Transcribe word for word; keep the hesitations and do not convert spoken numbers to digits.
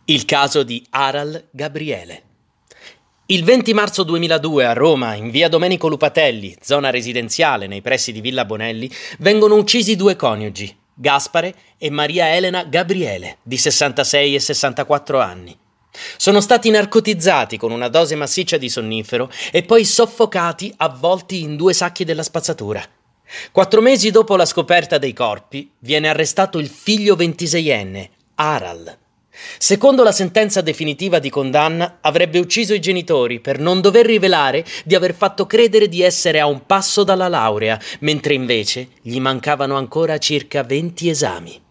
Il caso di Aral Gabriele. Il venti marzo duemiladue a Roma, in via Domenico Lupatelli, zona residenziale nei pressi di Villa Bonelli, vengono uccisi due coniugi, Gaspare e Maria Elena Gabriele, di sessantasei e sessantaquattro anni. Sono stati narcotizzati con una dose massiccia di sonnifero e poi soffocati avvolti in due sacchi della spazzatura. Quattro mesi dopo la scoperta dei corpi, viene arrestato il figlio ventiseienne, Aral. Secondo la sentenza definitiva di condanna, avrebbe ucciso i genitori per non dover rivelare di aver fatto credere di essere a un passo dalla laurea, mentre invece gli mancavano ancora circa venti esami.